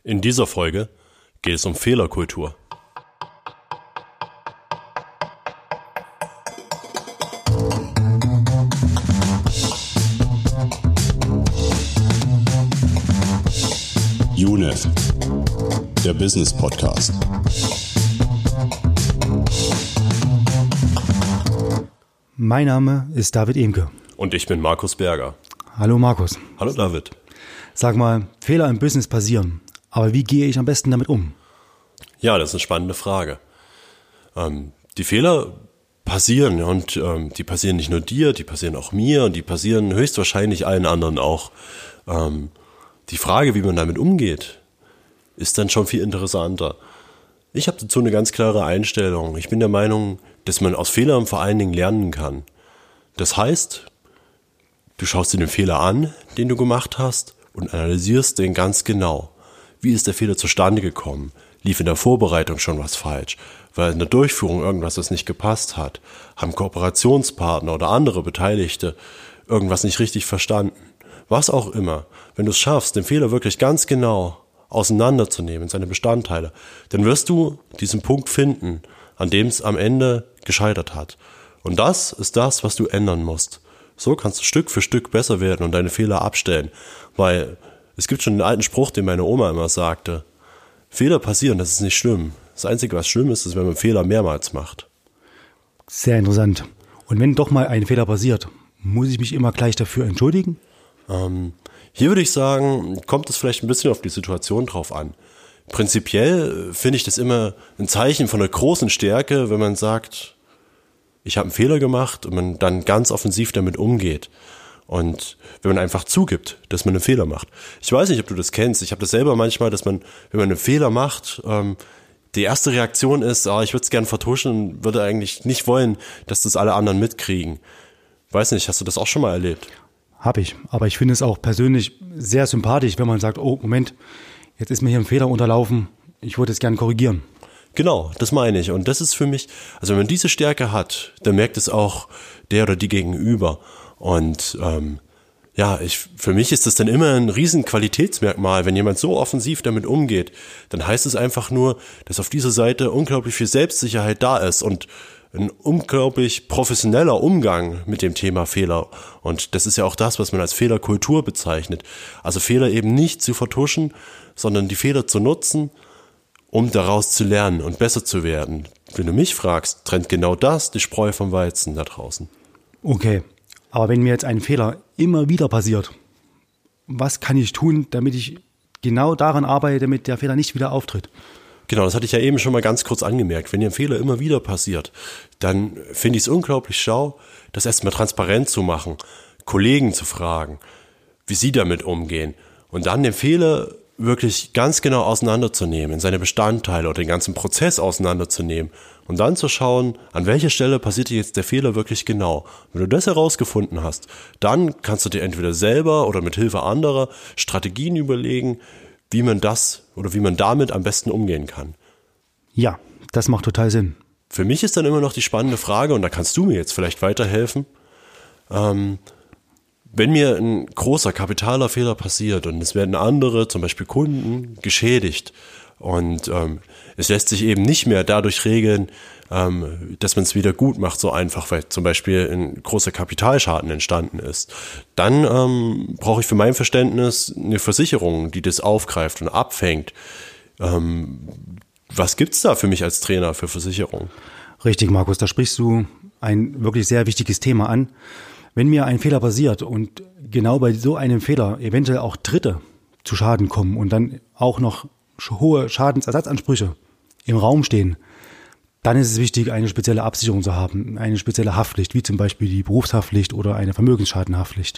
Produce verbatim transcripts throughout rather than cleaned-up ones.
In dieser Folge geht es um Fehlerkultur. U N E F, der Business Podcast. Mein Name ist David Emke. Und ich bin Markus Berger. Hallo Markus. Hallo David. Sag mal, Fehler im Business passieren, aber wie gehe ich am besten damit um? Ja, das ist eine spannende Frage. Ähm, die Fehler passieren und ähm, die passieren nicht nur dir, die passieren auch mir und die passieren höchstwahrscheinlich allen anderen auch. Ähm, die Frage, wie man damit umgeht, ist dann schon viel interessanter. Ich habe dazu eine ganz klare Einstellung. Ich bin der Meinung, dass man aus Fehlern vor allen Dingen lernen kann. Das heißt, du schaust dir den Fehler an, den du gemacht hast, und analysierst den ganz genau. Wie ist der Fehler zustande gekommen? Lief in der Vorbereitung schon was falsch? Weil in der Durchführung irgendwas, das nicht gepasst hat? Haben Kooperationspartner oder andere Beteiligte irgendwas nicht richtig verstanden? Was auch immer. Wenn du es schaffst, den Fehler wirklich ganz genau auseinanderzunehmen, seine Bestandteile, dann wirst du diesen Punkt finden, an dem es am Ende gescheitert hat. Und das ist das, was du ändern musst. So kannst du Stück für Stück besser werden und deine Fehler abstellen. Weil es gibt schon einen alten Spruch, den meine Oma immer sagte. Fehler passieren, das ist nicht schlimm. Das Einzige, was schlimm ist, ist, wenn man Fehler mehrmals macht. Sehr interessant. Und wenn doch mal ein Fehler passiert, muss ich mich immer gleich dafür entschuldigen? Ähm, hier würde ich sagen, kommt es vielleicht ein bisschen auf die Situation drauf an. Prinzipiell finde ich das immer ein Zeichen von einer großen Stärke, wenn man sagt, ich habe einen Fehler gemacht und man dann ganz offensiv damit umgeht. Und wenn man einfach zugibt, dass man einen Fehler macht. Ich weiß nicht, ob du das kennst. Ich habe das selber manchmal, dass man, wenn man einen Fehler macht, ähm, die erste Reaktion ist, ah, ich würde es gerne vertuschen und würde eigentlich nicht wollen, dass das alle anderen mitkriegen. Weiß nicht, hast du das auch schon mal erlebt? Habe ich. Aber ich finde es auch persönlich sehr sympathisch, wenn man sagt, oh, Moment, jetzt ist mir hier ein Fehler unterlaufen, ich würde es gerne korrigieren. Genau, das meine ich. Und das ist für mich, also wenn man diese Stärke hat, dann merkt es auch der oder die Gegenüber. Und ähm, ja, ich, für mich ist das dann immer ein riesen Qualitätsmerkmal, wenn jemand so offensiv damit umgeht. Dann heißt es einfach nur, dass auf dieser Seite unglaublich viel Selbstsicherheit da ist und ein unglaublich professioneller Umgang mit dem Thema Fehler. Und das ist ja auch das, was man als Fehlerkultur bezeichnet. Also Fehler eben nicht zu vertuschen, sondern die Fehler zu nutzen, um daraus zu lernen und besser zu werden. Wenn du mich fragst, trennt genau das die Spreu vom Weizen da draußen. Okay, aber wenn mir jetzt ein Fehler immer wieder passiert, was kann ich tun, damit ich genau daran arbeite, damit der Fehler nicht wieder auftritt? Genau, das hatte ich ja eben schon mal ganz kurz angemerkt. Wenn dir ein Fehler immer wieder passiert, dann finde ich es unglaublich schlau, das erstmal transparent zu machen, Kollegen zu fragen, wie sie damit umgehen und dann den Fehler wirklich ganz genau auseinanderzunehmen, seine Bestandteile oder den ganzen Prozess auseinanderzunehmen und dann zu schauen, an welcher Stelle passiert dir jetzt der Fehler wirklich genau. Wenn du das herausgefunden hast, dann kannst du dir entweder selber oder mit Hilfe anderer Strategien überlegen, wie man das oder wie man damit am besten umgehen kann. Ja, das macht total Sinn. Für mich ist dann immer noch die spannende Frage, und da kannst du mir jetzt vielleicht weiterhelfen, ähm, wenn mir ein großer kapitaler Fehler passiert und es werden andere, zum Beispiel Kunden, geschädigt und ähm, es lässt sich eben nicht mehr dadurch regeln, ähm, dass man es wieder gut macht, so einfach, weil zum Beispiel ein großer Kapitalschaden entstanden ist, dann ähm, brauche ich für mein Verständnis eine Versicherung, die das aufgreift und abfängt. Ähm, was gibt's da für mich als Trainer für Versicherung? Richtig, Markus, da sprichst du ein wirklich sehr wichtiges Thema an. Wenn mir ein Fehler passiert und genau bei so einem Fehler eventuell auch Dritte zu Schaden kommen und dann auch noch hohe Schadensersatzansprüche im Raum stehen, dann ist es wichtig, eine spezielle Absicherung zu haben, eine spezielle Haftpflicht, wie zum Beispiel die Berufshaftpflicht oder eine Vermögensschadenhaftpflicht.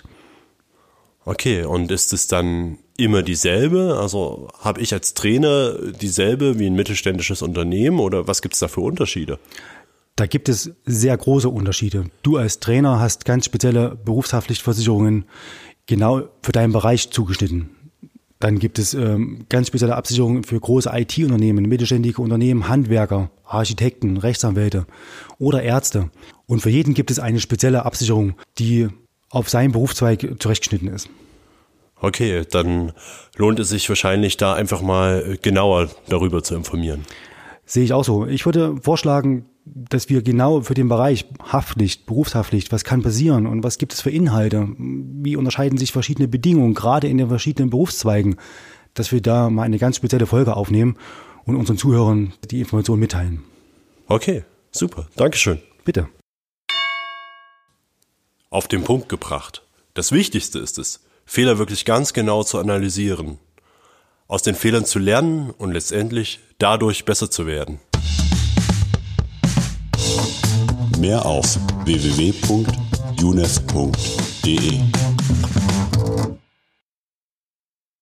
Okay, und ist es dann immer dieselbe? Also habe ich als Trainer dieselbe wie ein mittelständisches Unternehmen oder was gibt es da für Unterschiede? Da gibt es sehr große Unterschiede. Du als Trainer hast ganz spezielle Berufshaftpflichtversicherungen genau für deinen Bereich zugeschnitten. Dann gibt es ähm, ganz spezielle Absicherungen für große I T-Unternehmen, mittelständige Unternehmen, Handwerker, Architekten, Rechtsanwälte oder Ärzte. Und für jeden gibt es eine spezielle Absicherung, die auf seinen Berufszweig zurechtgeschnitten ist. Okay, dann lohnt es sich wahrscheinlich, da einfach mal genauer darüber zu informieren. Sehe ich auch so. Ich würde vorschlagen, dass wir genau für den Bereich Haftpflicht, Berufshaftpflicht, was kann passieren und was gibt es für Inhalte, wie unterscheiden sich verschiedene Bedingungen, gerade in den verschiedenen Berufszweigen, dass wir da mal eine ganz spezielle Folge aufnehmen und unseren Zuhörern die Informationen mitteilen. Okay, super. Dankeschön. Bitte. Auf den Punkt gebracht. Das Wichtigste ist es, Fehler wirklich ganz genau zu analysieren, aus den Fehlern zu lernen und letztendlich dadurch besser zu werden. Mehr auf w w w punkt junef punkt d e.